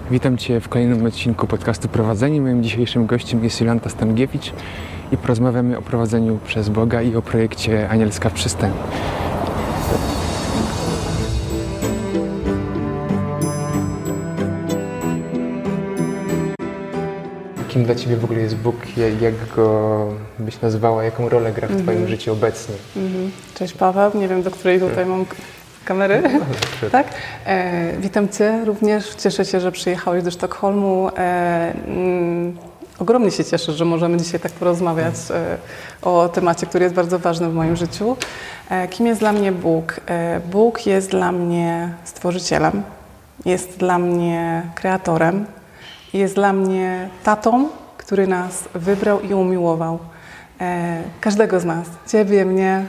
Witam Cię w kolejnym odcinku podcastu Prowadzenie. Moim dzisiejszym gościem jest Jolanta Stankiewicz i porozmawiamy o prowadzeniu przez Boga i o projekcie Anielska Przystań. Kim dla Ciebie w ogóle jest Bóg? Jak go byś nazwała? Jaką rolę gra w Twoim życiu obecnie? Cześć Paweł, nie wiem do której tutaj mam kamery. Tak? Witam Cię również. Cieszę się, że przyjechałeś do Sztokholmu. Ogromnie się cieszę, że możemy dzisiaj tak porozmawiać o temacie, który jest bardzo ważny w moim życiu. Kim jest dla mnie Bóg? Bóg jest dla mnie Stworzycielem, jest dla mnie Kreatorem, jest dla mnie tatą, który nas wybrał i umiłował. Każdego z nas, Ciebie, mnie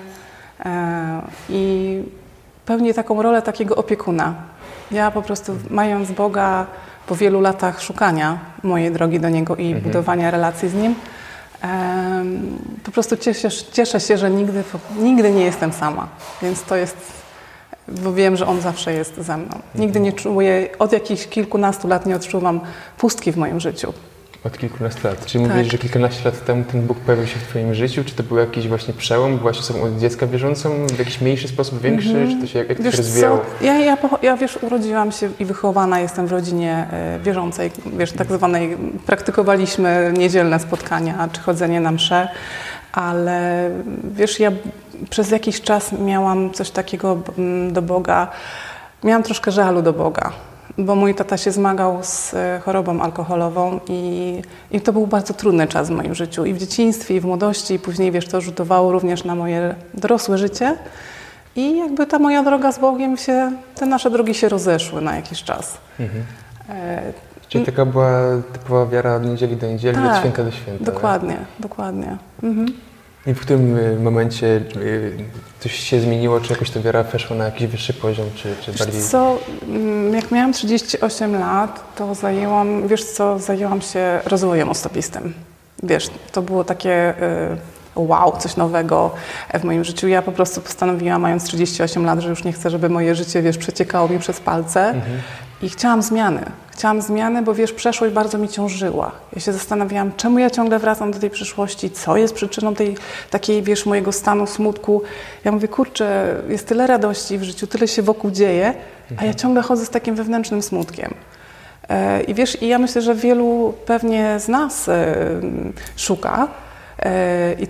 i pełni taką rolę takiego opiekuna. Ja po prostu, mając Boga po wielu latach szukania mojej drogi do Niego i budowania relacji z Nim, po prostu cieszę się, że nigdy nie jestem sama. Więc to jest, bo wiem, że On zawsze jest ze mną. Nigdy nie czuję, od jakichś kilkunastu lat nie odczuwam pustki w moim życiu. Od kilkunastu lat. Czyli mówisz, że kilkanaście lat temu ten Bóg pojawił się w Twoim życiu? Czy to był jakiś właśnie przełom? Byłaś osobą od dziecka wierzącą w jakiś mniejszy sposób, większy? Czy to się, jak to się rozwijało? Ja urodziłam się i wychowana jestem w rodzinie wierzącej, tak zwanej, praktykowaliśmy niedzielne spotkania czy chodzenie na msze, ale ja przez jakiś czas miałam coś takiego do Boga, miałam troszkę żalu do Boga. Bo mój tata się zmagał z chorobą alkoholową i to był bardzo trudny czas w moim życiu. I w dzieciństwie, i w młodości, i później, to rzutowało również na moje dorosłe życie. I jakby ta moja droga z Bogiem te nasze drogi się rozeszły na jakiś czas. Czyli taka była typowa wiara od niedzieli do niedzieli, od święta do święta. Dokładnie. I w którym momencie coś się zmieniło, czy jakoś ta wiara weszła na jakiś wyższy poziom, czy bardziej... Jak miałam 38 lat, to zajęłam się rozwojem osobistym. To było takie coś nowego w moim życiu. Ja po prostu postanowiłam, mając 38 lat, że już nie chcę, żeby moje życie, przeciekało mi przez palce. I chciałam zmiany, bo przeszłość bardzo mi ciążyła. Ja się zastanawiałam, czemu ja ciągle wracam do tej przyszłości, co jest przyczyną takiej mojego stanu smutku. Ja mówię, kurczę, jest tyle radości w życiu, tyle się wokół dzieje, a ja ciągle chodzę z takim wewnętrznym smutkiem. I ja myślę, że wielu pewnie z nas szuka i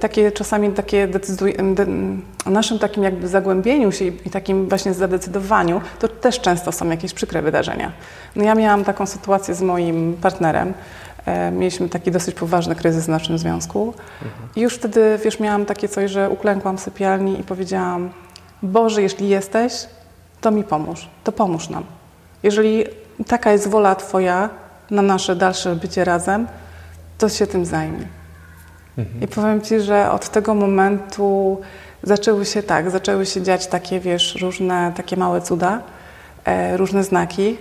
naszym takim jakby zagłębieniu się i takim właśnie zadecydowaniu, to też często są jakieś przykre wydarzenia. Ja miałam taką sytuację z moim partnerem. Mieliśmy taki dosyć poważny kryzys w naszym związku. I już wtedy, miałam takie coś, że uklękłam w sypialni i powiedziałam: Boże, jeśli jesteś, to mi pomóż. To pomóż nam. Jeżeli taka jest wola Twoja na nasze dalsze bycie razem, to się tym zajmij. I powiem Ci, że od tego momentu zaczęły się dziać takie, różne takie małe cuda, różne znaki.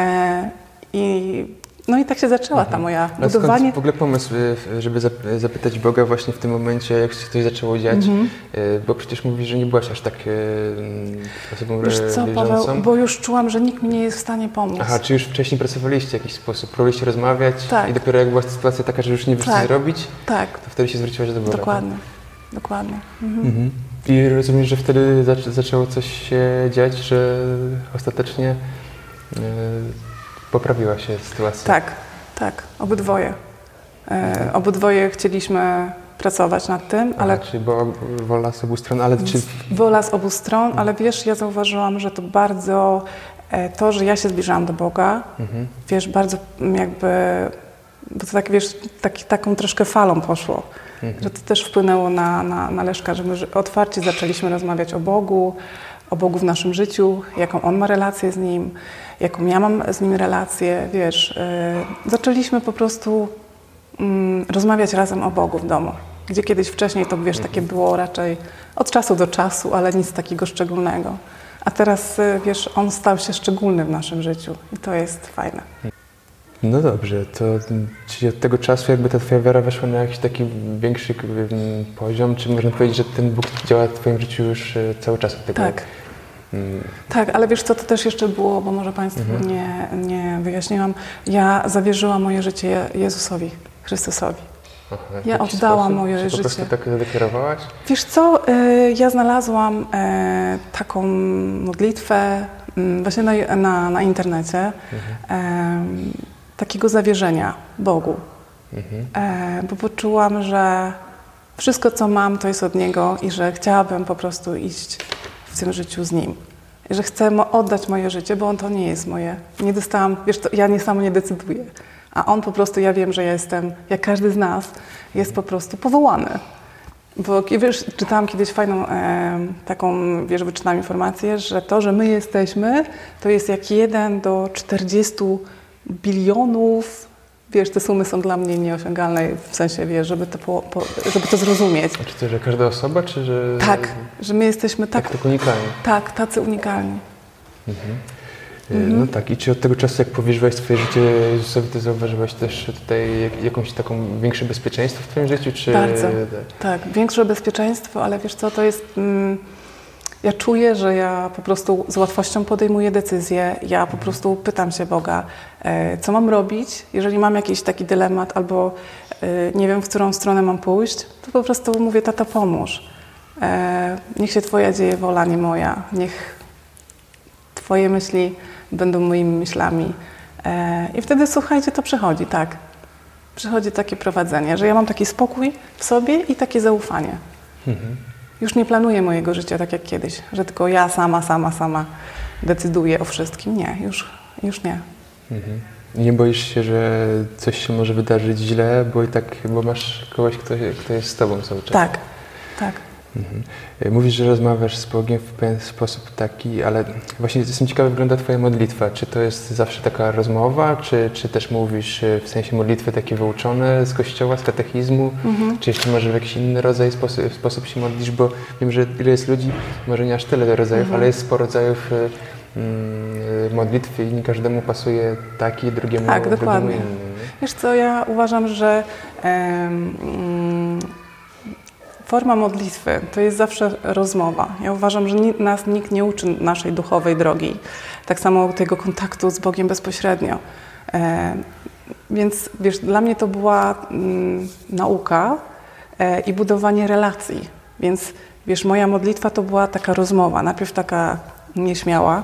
I tak się zaczęła ta moja budowanie. Skąd w ogóle pomysł, żeby zapytać Boga właśnie w tym momencie, jak się coś zaczęło dziać? Bo przecież mówisz, że nie byłaś aż tak osobą wierzącą. Paweł, bo już czułam, że nikt mi nie jest w stanie pomóc. Aha, czy już wcześniej pracowaliście w jakiś sposób? Próbowaliście rozmawiać i dopiero jak była sytuacja taka, że już nie wiesz co zrobić, to wtedy się zwróciłaś do Boga. Dokładnie. I rozumiesz, że wtedy zaczęło coś się dziać, że ostatecznie poprawiła się sytuacja? Tak. Obydwoje. Obydwoje chcieliśmy pracować nad tym, ale... Czyli była wola z obu stron, ale czy... Wola z obu stron, ale ja zauważyłam, że to bardzo... To, że ja się zbliżałam do Boga, bardzo jakby... Bo to taką troszkę falą poszło. Że to też wpłynęło na Leszka, że my otwarcie zaczęliśmy rozmawiać o Bogu w naszym życiu, jaką On ma relację z Nim, jaką ja mam z Nim relację, zaczęliśmy po prostu rozmawiać razem o Bogu w domu, gdzie kiedyś wcześniej to, takie było raczej od czasu do czasu, ale nic takiego szczególnego. A teraz, On stał się szczególny w naszym życiu i to jest fajne. No dobrze, to czyli od tego czasu jakby ta Twoja wiara weszła na jakiś taki większy poziom, czy można powiedzieć, że ten Bóg działa w Twoim życiu już cały czas od tego? Tak, ale wiesz co, to też jeszcze było, bo może Państwu nie wyjaśniłam. Ja zawierzyłam moje życie Jezusowi, Chrystusowi. Aha, ja oddałam moje życie. Po prostu tak zadeklarowałaś? Wiesz co, ja znalazłam taką modlitwę właśnie na internecie, takiego zawierzenia Bogu. Bo poczułam, że wszystko, co mam, to jest od Niego i że chciałabym po prostu iść w tym życiu z Nim. I że chcę oddać moje życie, bo On to nie jest moje. Nie dostałam, wiesz, ja nie sama nie decyduję. A On po prostu, ja wiem, że ja jestem, jak każdy z nas, jest po prostu powołany. Bo wiesz, czytałam kiedyś fajną taką, wiesz, wyczytałam informację, że to, że my jesteśmy, to jest jak 1 do 40 bilionów. Wiesz, te sumy są dla mnie nieosiągalne, w sensie, wiesz, żeby to zrozumieć. A czy to, że każda osoba, czy że... Tak, że my jesteśmy tak unikalni. Tak, tacy unikalni. No tak, i czy od tego czasu, jak powierzyłaś swoje życie Jezusowi, to zauważyłaś też tutaj jakąś taką większe bezpieczeństwo w Twoim życiu? Czy... Bardzo, tak, większe bezpieczeństwo, ale wiesz co, to jest... Ja czuję, że ja po prostu z łatwością podejmuję decyzje. Ja po prostu pytam się Boga, co mam robić, jeżeli mam jakiś taki dylemat albo nie wiem, w którą stronę mam pójść, to po prostu mówię, Tata, pomóż. Niech się Twoja dzieje wola, nie moja. Niech Twoje myśli będą moimi myślami. I wtedy, słuchajcie, to przychodzi, tak. Przychodzi takie prowadzenie, że ja mam taki spokój w sobie i takie zaufanie. Już nie planuję mojego życia tak jak kiedyś, że tylko ja sama decyduję o wszystkim. Nie, już nie. Nie boisz się, że coś się może wydarzyć źle, bo masz kogoś, kto jest z Tobą cały czas? Tak, tak. Mówisz, że rozmawiasz z Bogiem w pewien sposób taki, ale właśnie jestem ciekawy, wygląda Twoja modlitwa. Czy to jest zawsze taka rozmowa, czy też mówisz w sensie modlitwy takie wyuczone z kościoła, z katechizmu, czy jeszcze może w jakiś inny rodzaj, sposób się modlisz, bo wiem, że ile jest ludzi, może nie aż tyle rodzajów, ale jest sporo rodzajów modlitwy i nie każdemu pasuje taki, drugiemu dokładnie. inny. Wiesz co, ja uważam, że forma modlitwy to jest zawsze rozmowa. Ja uważam, że nas nikt nie uczy naszej duchowej drogi. Tak samo tego kontaktu z Bogiem bezpośrednio. Więc wiesz, dla mnie to była nauka i budowanie relacji. Więc wiesz, moja modlitwa to była taka rozmowa. Najpierw taka nieśmiała,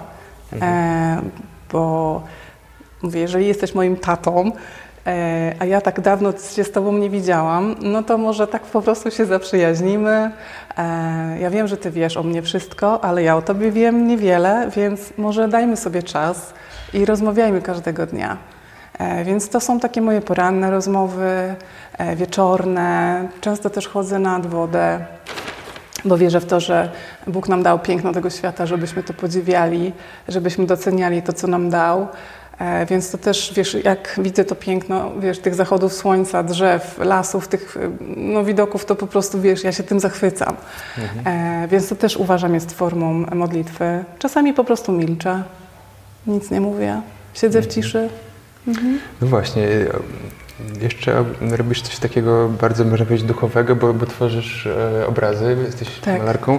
bo mówię, jeżeli jesteś moim tatą, a ja tak dawno się z Tobą nie widziałam, no to może tak po prostu się zaprzyjaźnimy. Ja wiem, że Ty wiesz o mnie wszystko, ale ja o Tobie wiem niewiele, więc może dajmy sobie czas i rozmawiajmy każdego dnia. Więc to są takie moje poranne rozmowy, wieczorne. Często też chodzę nad wodę, bo wierzę w to, że Bóg nam dał piękno tego świata, żebyśmy to podziwiali, żebyśmy doceniali to, co nam dał. Więc to też, wiesz, jak widzę to piękno, wiesz, tych zachodów słońca, drzew, lasów, tych widoków, to po prostu, wiesz, ja się tym zachwycam. Więc to też uważam jest formą modlitwy. Czasami po prostu milczę, nic nie mówię, siedzę w ciszy. No właśnie, jeszcze robisz coś takiego bardzo, można powiedzieć, duchowego, bo tworzysz obrazy, jesteś malarką.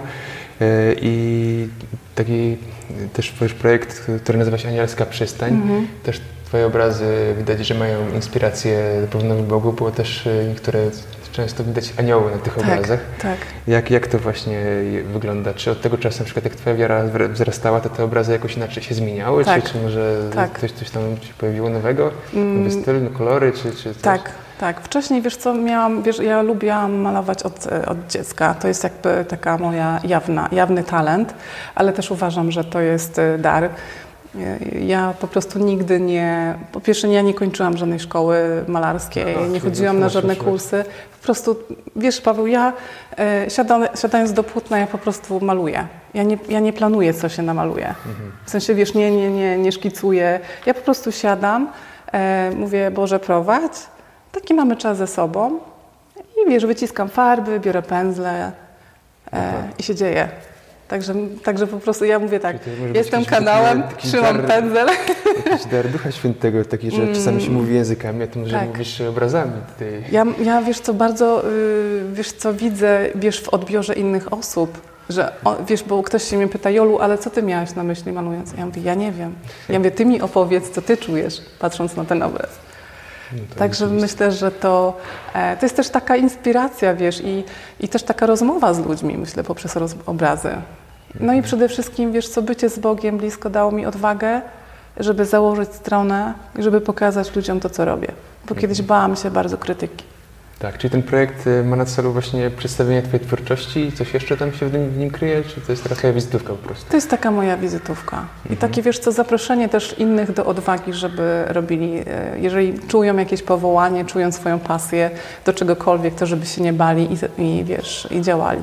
I taki też tworzysz projekt, który nazywa się Anielska Przystań. Też Twoje obrazy widać, że mają inspirację pewnego Bogu, bo też niektóre często widać anioły na tych obrazach. Tak. Jak to właśnie wygląda? Czy od tego czasu, na przykład jak Twoja wiara wzrastała, to te obrazy jakoś inaczej się zmieniały? Tak. Czy może coś tam się pojawiło nowego? Nowy styl, kolory, czy coś? Tak. Wcześniej, wiesz co, ja lubiłam malować od dziecka. To jest jakby taka moja jawny talent, ale też uważam, że to jest dar. Ja po prostu nigdy po pierwsze ja nie kończyłam żadnej szkoły malarskiej, nie chodziłam na żadne kursy. Po prostu, wiesz, Paweł, ja siadając do płótna, ja po prostu maluję. Ja nie planuję, co się namaluje. W sensie, wiesz, nie szkicuję. Ja po prostu siadam, mówię, Boże, prowadź. Taki mamy czas ze sobą i wiesz, wyciskam farby, biorę pędzle i się dzieje. Także po prostu ja mówię tak, jestem kanałem, trzymam pędzel. Jakiś dar Ducha Świętego, taki, że czasami się mówi językami, a ty może mówisz obrazami. Ja wiesz co, bardzo widzę, wiesz, w odbiorze innych osób. Że, wiesz, bo ktoś się mnie pyta, Jolu, ale co ty miałaś na myśli malując? Ja mówię, ja nie wiem. Ja mówię, ty mi opowiedz, co ty czujesz, patrząc na ten obraz. No także myślę, że to jest też taka inspiracja, wiesz, i też taka rozmowa z ludźmi, myślę, poprzez obrazy. No i przede wszystkim, wiesz co, bycie z Bogiem blisko dało mi odwagę, żeby założyć stronę i żeby pokazać ludziom to, co robię. Bo kiedyś bałam się bardzo krytyki. Tak, czyli ten projekt ma na celu właśnie przedstawienie Twojej twórczości i coś jeszcze tam się w nim kryje, czy to jest taka Twoja wizytówka po prostu? To jest taka moja wizytówka. I takie, wiesz co, zaproszenie też innych do odwagi, żeby robili, jeżeli czują jakieś powołanie, czują swoją pasję do czegokolwiek, to żeby się nie bali i wiesz, i działali.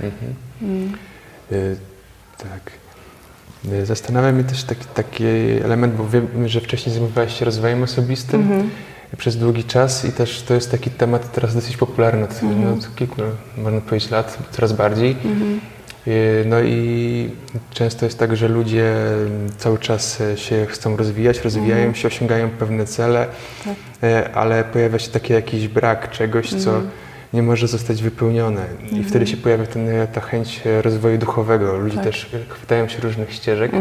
Tak. Zastanawia mnie też taki element, bo wiem, że wcześniej zajmowałaś się rozwojem osobistym przez długi czas i też to jest taki temat teraz dosyć popularny od kilku, można powiedzieć, lat, coraz bardziej. No i często jest tak, że ludzie cały czas się chcą rozwijać, rozwijają się, osiągają pewne cele, ale pojawia się taki jakiś brak czegoś, co nie może zostać wypełnione. I wtedy się pojawia ta chęć rozwoju duchowego. Ludzie też chwytają się różnych ścieżek.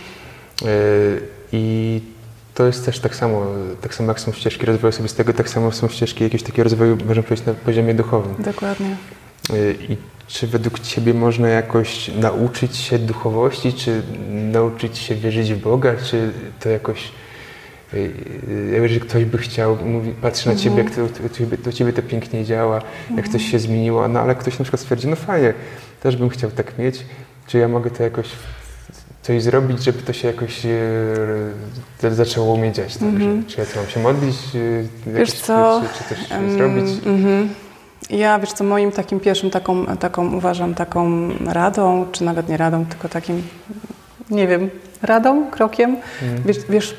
I to jest też tak samo jak są ścieżki rozwoju osobistego, tak samo są ścieżki jakiegoś takiego rozwoju, można powiedzieć, na poziomie duchowym. Dokładnie. I czy według Ciebie można jakoś nauczyć się duchowości, czy nauczyć się wierzyć w Boga, czy to jakoś... Jeżeli ktoś by chciał, patrzy na Ciebie, jak do Ciebie to pięknie działa, jak coś się zmieniło, no ale ktoś na przykład stwierdzi, no fajnie, też bym chciał tak mieć, czy ja mogę to jakoś coś zrobić, żeby to się jakoś zaczęło u mnie dziać, także czy ja mam się modlić, wiesz co? Czy coś zrobić? Ja, wiesz co, moim takim pierwszym uważam taką radą, czy nawet nie radą, tylko takim, nie wiem, radą, krokiem, wiesz,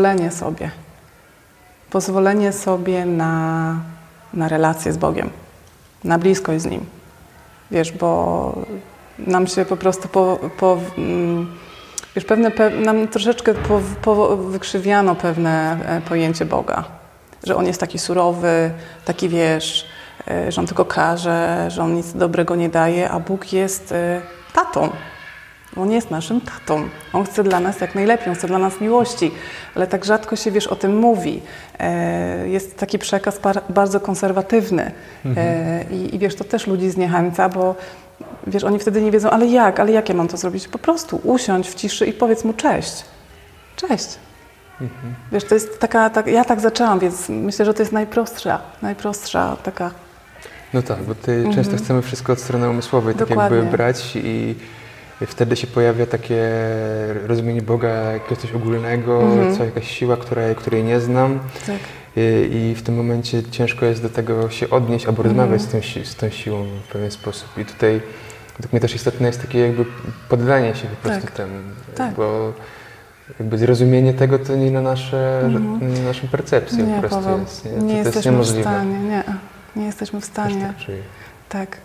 pozwolenie sobie na relację z Bogiem, na bliskość z Nim, wiesz, bo nam się po prostu wiesz, nam troszeczkę wykrzywiano pewne pojęcie Boga, że On jest taki surowy, taki, wiesz, że On tylko karze, że On nic dobrego nie daje, a Bóg jest tatą. On jest naszym tatą. On chce dla nas jak najlepiej, On chce dla nas miłości, ale tak rzadko się, wiesz, o tym mówi. Jest taki przekaz bardzo konserwatywny i wiesz, to też ludzi zniechęca, bo wiesz, oni wtedy nie wiedzą, ale jak ja mam to zrobić? Po prostu usiądź w ciszy i powiedz mu cześć. Cześć. Wiesz, to jest ja tak zaczęłam, więc myślę, że to jest najprostsza taka... No tak, bo często chcemy wszystko od strony umysłowej, tak jakby brać i wtedy się pojawia takie rozumienie Boga jako coś ogólnego, jakaś siła, której nie znam. Tak. I w tym momencie ciężko jest do tego się odnieść albo rozmawiać z tą siłą w pewien sposób. I tutaj według mnie też istotne jest takie jakby poddanie się po prostu temu, bo jakby zrozumienie tego to nie na naszą percepcję nie, po prostu Paweł, jest. Nie to jesteśmy jest niemożliwe. w stanie, nie jesteśmy w stanie. Też tak czuję. Tak.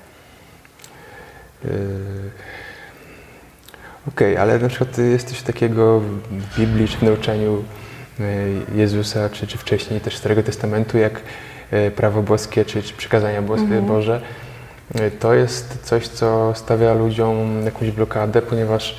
Okej, ale na przykład jest coś takiego w Biblii czy w nauczaniu Jezusa, czy wcześniej też Starego Testamentu, jak prawo boskie, czy przykazania Boże. To jest coś, co stawia ludziom jakąś blokadę, ponieważ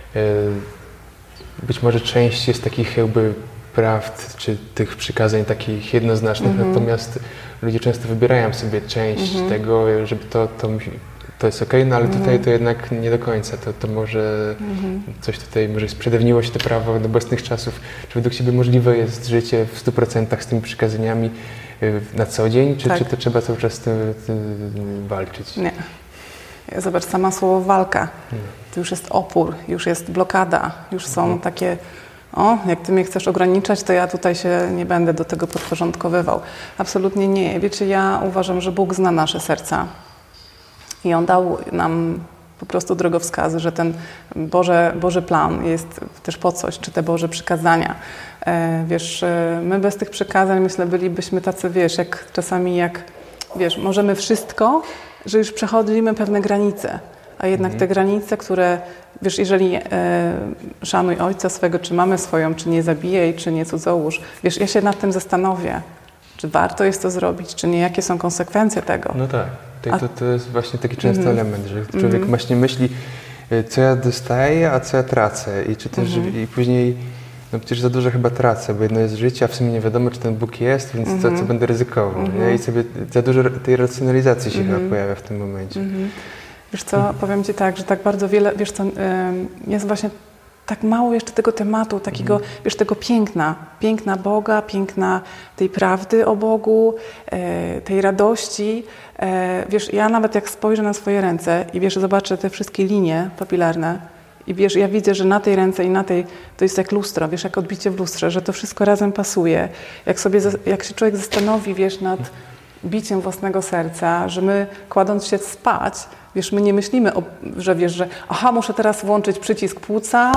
być może część jest takich jakby prawd, czy tych przykazań takich jednoznacznych, natomiast ludzie często wybierają sobie część tego, żeby to jest okej, no ale tutaj to jednak nie do końca. To może coś tutaj, może sprzedawniło się to prawo do obecnych czasów. Czy według Ciebie możliwe jest życie w 100% z tymi przykazaniami na co dzień, czy to trzeba cały czas z tym walczyć? Nie. Zobacz, sama słowo walka. To już jest opór, już jest blokada, już są takie... jak Ty mnie chcesz ograniczać, to ja tutaj się nie będę do tego podporządkowywał. Absolutnie nie. Wiecie, ja uważam, że Bóg zna nasze serca. I On dał nam po prostu drogowskazy, że ten Boży plan jest też po coś, czy te Boże przykazania. Wiesz, my bez tych przykazań, myślę, bylibyśmy tacy, wiesz, wiesz, możemy wszystko, że już przechodzimy pewne granice. A jednak te granice, które, wiesz, jeżeli szanuj ojca swego, czy mamę swoją, czy nie zabijaj, czy nie cudzołóż, wiesz, ja się nad tym zastanowię, czy warto jest to zrobić, czy nie, jakie są konsekwencje tego. No tak. To jest właśnie taki częsty element, że człowiek właśnie myśli, co ja dostaję, a co ja tracę. I czy też i później, no przecież za dużo chyba tracę, bo jedno jest życie, a w sumie nie wiadomo, czy ten Bóg jest, więc co będę ryzykował. I sobie za dużo tej racjonalizacji się chyba pojawia w tym momencie. Wiesz co, powiem Ci tak, że tak bardzo wiele, wiesz co, jest właśnie tak mało jeszcze tego tematu, takiego, wiesz, tego piękna Boga, piękna tej prawdy o Bogu, tej radości. Wiesz, ja nawet jak spojrzę na swoje ręce i wiesz, zobaczę te wszystkie linie papilarne i wiesz, ja widzę, że na tej ręce i na tej, to jest jak lustro, wiesz, jak odbicie w lustrze, że to wszystko razem pasuje. Jak się człowiek zastanowi, wiesz, nad biciem własnego serca, że my kładąc się spać, wiesz, my nie myślimy, że wiesz, że muszę teraz włączyć przycisk płuca,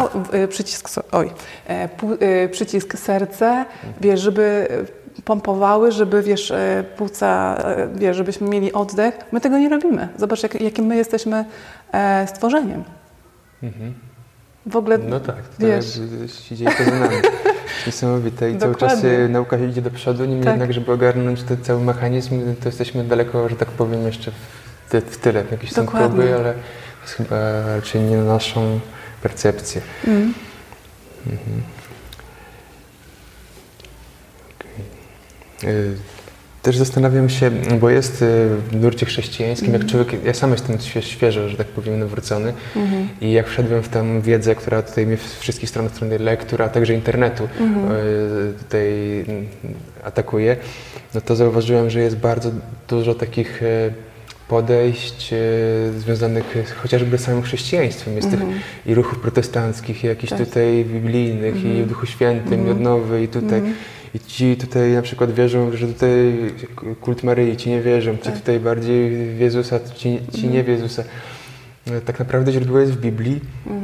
przycisk serce, wiesz, żeby pompowały, żeby, wiesz, płuca, wiesz, żebyśmy mieli oddech. My tego nie robimy. Zobacz, jakim my jesteśmy stworzeniem. W ogóle, no tak, to wiesz, się dzieje poza nami. Niesamowite i cały czas nauka idzie do przodu, niemniej jednak, żeby ogarnąć ten cały mechanizm, to jesteśmy daleko, że tak powiem, jeszcze w tyle. Jakieś są próby, ale to jest chyba raczej nie na naszą percepcję. Też zastanawiam się, bo jest w nurcie chrześcijańskim, jak człowiek, ja sam jestem świeżo, że tak powiem, nawrócony i jak wszedłem w tę wiedzę, która tutaj mnie z wszystkich stron lektur, a także internetu tutaj atakuje, no to zauważyłem, że jest bardzo dużo takich podejść związanych chociażby z samym chrześcijaństwem. Jest tych i ruchów protestanckich, i jakichś tutaj biblijnych, i w Duchu Świętym, i odnowy, i tutaj. I ci tutaj na przykład wierzą, że tutaj kult Maryi, ci nie wierzą, ci tutaj bardziej w Jezusa, ci nie w Jezusa. Tak naprawdę źródło jest w Biblii,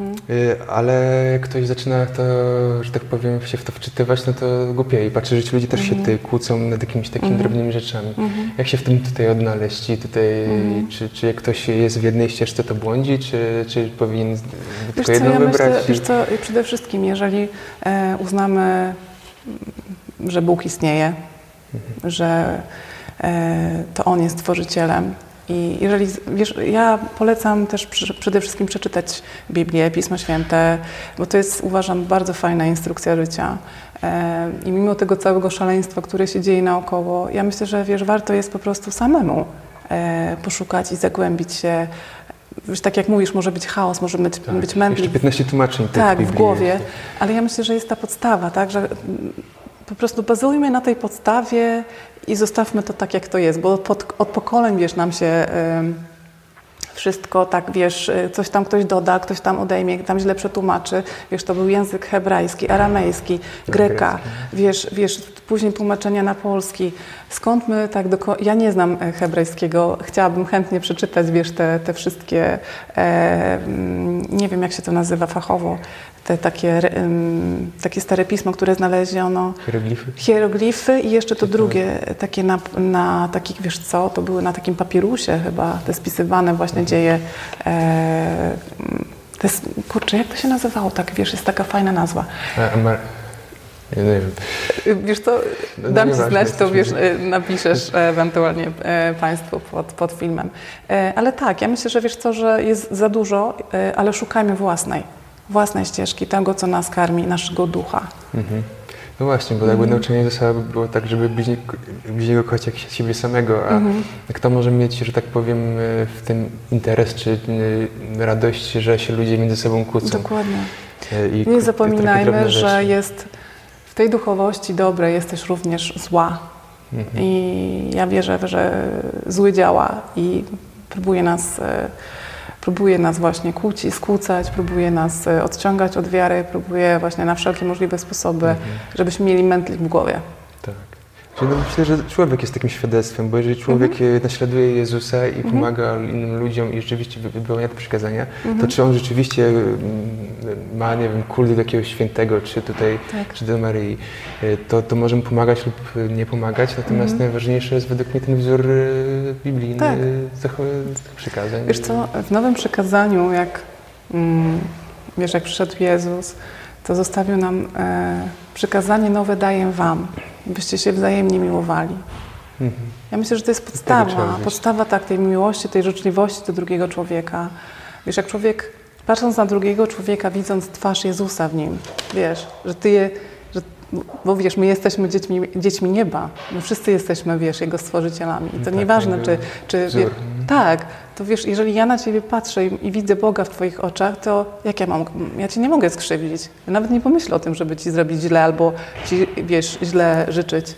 ale jak ktoś zaczyna to, że tak powiem, się w to wczytywać, no to głupieje. I patrzę, że ci ludzie też się tutaj kłócą nad jakimiś takimi drobnymi rzeczami. Jak się w tym tutaj odnaleźć? I tutaj, czy jak ktoś jest w jednej ścieżce, to błądzi, czy powinien tylko jedną wybrać? Myślę, wiesz co, przede wszystkim, jeżeli uznamy, że Bóg istnieje, że to On jest Stworzycielem. I jeżeli, wiesz, ja polecam też przede wszystkim przeczytać Biblię, Pismo Święte, bo to jest, uważam, bardzo fajna instrukcja życia. I mimo tego całego szaleństwa, które się dzieje naokoło, ja myślę, że wiesz, warto jest po prostu samemu poszukać i zagłębić się. Wiesz, tak jak mówisz, może być chaos, może być mętlik. Jeszcze 15 tłumaczeń. Tak, w głowie, ale ja myślę, że jest ta podstawa, tak, że po prostu bazujmy na tej podstawie i zostawmy to tak, jak to jest, bo od pokoleń, wiesz, nam się wszystko tak, wiesz, coś tam ktoś doda, ktoś tam odejmie, tam źle przetłumaczy. Wiesz, to był język hebrajski, aramejski, greka, wiesz, później tłumaczenia na polski. Skąd my tak ja nie znam hebrajskiego, chciałabym chętnie przeczytać, wiesz, te wszystkie, nie wiem, jak się to nazywa fachowo, te takie stare pismo, które znaleziono. Hieroglify i jeszcze to drugie, takie na takich, wiesz co, to były na takim papirusie chyba, te spisywane właśnie dzieje. Kurczę, jak to się nazywało? Tak, wiesz, jest taka fajna nazwa. Ja nie wiem. Wiesz co, dam Ci znać, to wiesz, napiszesz ewentualnie Państwu pod filmem. Ale tak, ja myślę, że wiesz co, że jest za dużo, ale szukajmy własnej ścieżki, tego, co nas karmi, naszego ducha. No właśnie, bo jakby nauczenie Jezusa było tak, żeby bliźniego kochać jak siebie samego, a kto może mieć, że tak powiem, w tym interes czy radość, że się ludzie między sobą kłócą. Dokładnie. Nie zapominajmy, że jest w tej duchowości dobrej jest też również zła. I ja wierzę, że zły działa i próbuje nas właśnie skłócać, próbuje nas odciągać od wiary, próbuje właśnie na wszelkie możliwe sposoby, żebyśmy mieli mętlik w głowie. Tak. Myślę, że człowiek jest takim świadectwem, bo jeżeli człowiek naśladuje Jezusa i pomaga innym ludziom i rzeczywiście wypełnia te przykazania, to czy on rzeczywiście ma, nie wiem, kult do jakiegoś świętego, czy tutaj, czy do Maryi, to może mu pomagać lub nie pomagać, natomiast najważniejszy jest według mnie ten wzór biblijny przykazań. Wiesz co, w Nowym Przykazaniu, jak przyszedł Jezus, to zostawił nam przykazanie nowe daję wam, byście się wzajemnie miłowali. Ja myślę, że to jest podstawa tak, tej miłości, tej życzliwości do drugiego człowieka. Wiesz, jak człowiek, patrząc na drugiego człowieka, widząc twarz Jezusa w nim, wiesz, bo wiesz, my jesteśmy dziećmi nieba. My wszyscy jesteśmy, wiesz, Jego stworzycielami. I to nieważne, czy tak, to wiesz, jeżeli ja na Ciebie patrzę i widzę Boga w Twoich oczach, to jak ja Cię nie mogę skrzywdzić. Ja nawet nie pomyślę o tym, żeby Ci zrobić źle albo Ci, wiesz, źle życzyć.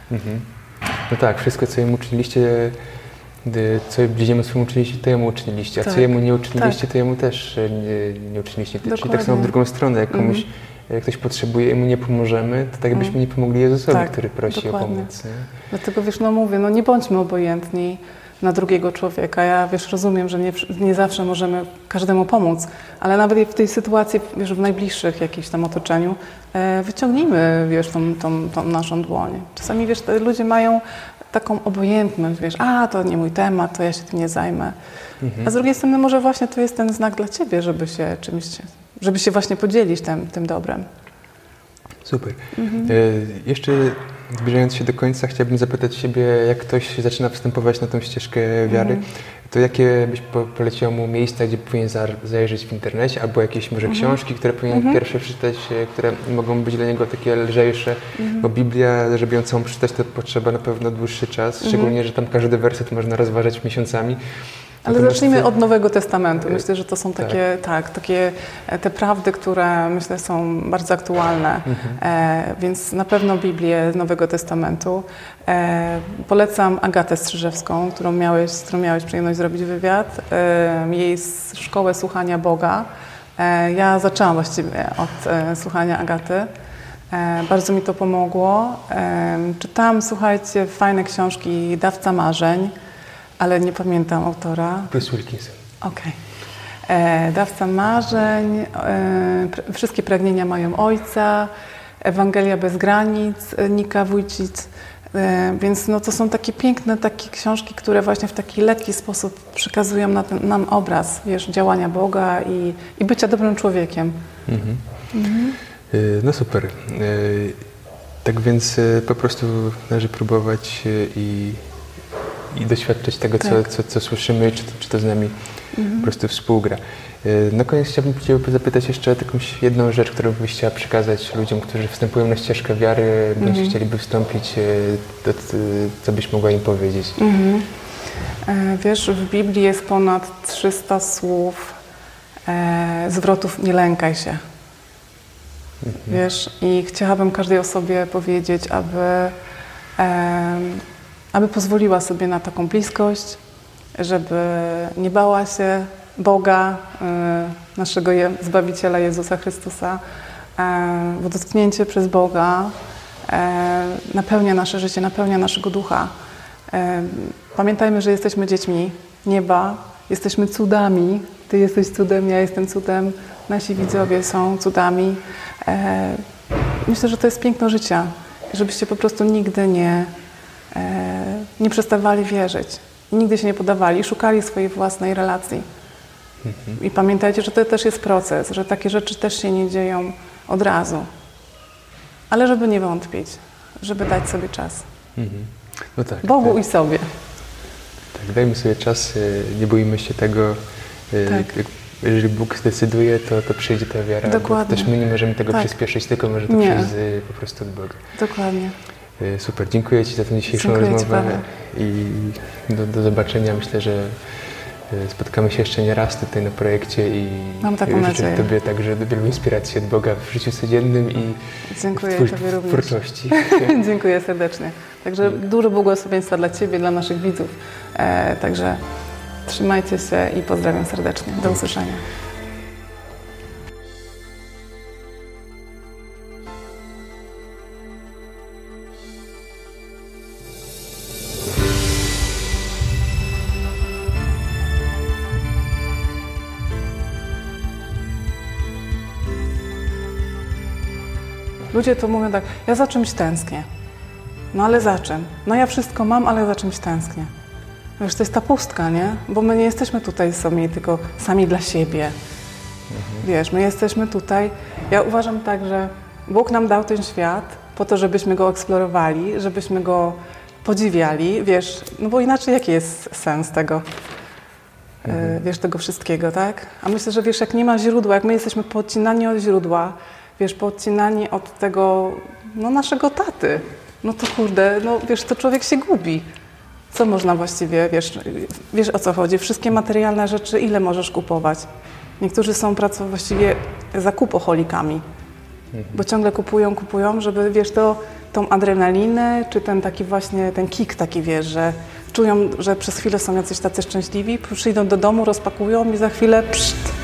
No tak, wszystko, co Jemu uczyniliście, co bliźniemu swemu uczyniliście, to Jemu uczyniliście, a co Jemu nie uczyniliście, to Jemu też nie uczyniliście. Czyli tak samo w drugą stronę, jak komuś jak ktoś potrzebuje i mu nie pomożemy, to tak jakbyśmy nie pomogli Jezusowi, który prosi o pomoc. Nie? Dlatego wiesz, mówię, nie bądźmy obojętni na drugiego człowieka. Ja wiesz, rozumiem, że nie zawsze możemy każdemu pomóc, ale nawet w tej sytuacji, wiesz, w najbliższych jakimś tam otoczeniu, wyciągnijmy, wiesz, tą naszą dłoń. Czasami, wiesz, ludzie mają taką obojętność, wiesz, to nie mój temat, to ja się tym nie zajmę. A z drugiej strony może właśnie to jest ten znak dla Ciebie, żeby się właśnie podzielić tym dobrem. Super. Jeszcze zbliżając się do końca, chciałbym zapytać Ciebie, jak ktoś zaczyna wstępować na tą ścieżkę wiary, to jakie byś poleciła mu miejsca, gdzie powinien zajrzeć w internecie, albo jakieś może książki, które powinien pierwsze przeczytać, które mogą być dla niego takie lżejsze, bo Biblia, żeby ją całą przeczytać, to potrzeba na pewno dłuższy czas, szczególnie, że tam każdy werset można rozważać miesiącami. Ale zacznijmy od Nowego Testamentu. Myślę, że to są takie te prawdy, które myślę są bardzo aktualne. Więc na pewno Biblię Nowego Testamentu. Polecam Agatę Strzyżewską, z którą miałeś przyjemność zrobić wywiad. Jej szkołę słuchania Boga. Ja zaczęłam właściwie od słuchania Agaty. Bardzo mi to pomogło. Czytałam, słuchajcie, fajne książki Dawca Marzeń, ale nie pamiętam autora. Bruce Wilkinson. Okej. Dawca Marzeń, Wszystkie pragnienia mają Ojca, Ewangelia bez granic, Nika Wójcic. Więc to są takie piękne książki, które właśnie w taki lekki sposób przekazują nam obraz, wiesz, działania Boga i bycia dobrym człowiekiem. No super. Tak więc po prostu należy próbować i doświadczać tego, co słyszymy, czy to z nami po prostu współgra. Na koniec chciałbym Cię zapytać jeszcze o jakąś jedną rzecz, którą byś chciała przekazać ludziom, którzy wstępują na ścieżkę wiary, bądź chcieliby wstąpić, co byś mogła im powiedzieć? Wiesz, w Biblii jest ponad 300 słów zwrotów nie lękaj się. Wiesz, i chciałabym każdej osobie powiedzieć, aby pozwoliła sobie na taką bliskość, żeby nie bała się Boga, naszego Zbawiciela Jezusa Chrystusa, bo dotknięcie przez Boga napełnia nasze życie, napełnia naszego ducha. Pamiętajmy, że jesteśmy dziećmi nieba, jesteśmy cudami. Ty jesteś cudem, ja jestem cudem, nasi widzowie są cudami. Myślę, że to jest piękno życia, żebyście po prostu nigdy nie przestawali wierzyć. Nigdy się nie podawali, szukali swojej własnej relacji. I pamiętajcie, że to też jest proces, że takie rzeczy też się nie dzieją od razu. Ale żeby nie wątpić, żeby dać sobie czas. No tak, Bogu i sobie. Tak, dajmy sobie czas, nie boimy się tego. Jeżeli Bóg zdecyduje, to przyjdzie ta wiara. Dokładnie. Też my nie możemy tego przyspieszyć, tylko może to przyjść po prostu od Boga. Dokładnie. Super, dziękuję Ci za tę dzisiejszą rozmowę i do zobaczenia. Myślę, że spotkamy się jeszcze nie raz tutaj na projekcie i mam taką nadzieję. Tobie także wielu inspiracji od Boga w życiu codziennym i dziękuję w Tobie również. twórczości. Dziękuję serdecznie. Także dużo błogosławieństwa dla Ciebie, dla naszych widzów. Także trzymajcie się i pozdrawiam serdecznie. Do usłyszenia. Ludzie to mówią tak, ja za czymś tęsknię. No ale za czym? No ja wszystko mam, ale za czymś tęsknię. Wiesz, to jest ta pustka, nie? Bo my nie jesteśmy tutaj tylko sami dla siebie. Wiesz, my jesteśmy tutaj. Ja uważam tak, że Bóg nam dał ten świat po to, żebyśmy go eksplorowali, żebyśmy go podziwiali, wiesz, no bo inaczej jaki jest sens tego, wiesz, tego wszystkiego, tak? A myślę, że wiesz, jak nie ma źródła, jak my jesteśmy poodcinani od źródła, wiesz, poodcinani od tego, no naszego taty, no to kurde, no wiesz, to człowiek się gubi. Co można właściwie, wiesz o co chodzi, wszystkie materialne rzeczy, ile możesz kupować? Niektórzy są właściwie zakupoholikami, bo ciągle kupują, żeby, wiesz, tą adrenalinę, czy ten taki właśnie, ten kick taki, wiesz, że czują, że przez chwilę są jacyś tacy szczęśliwi, przyjdą do domu, rozpakują i za chwilę pszt,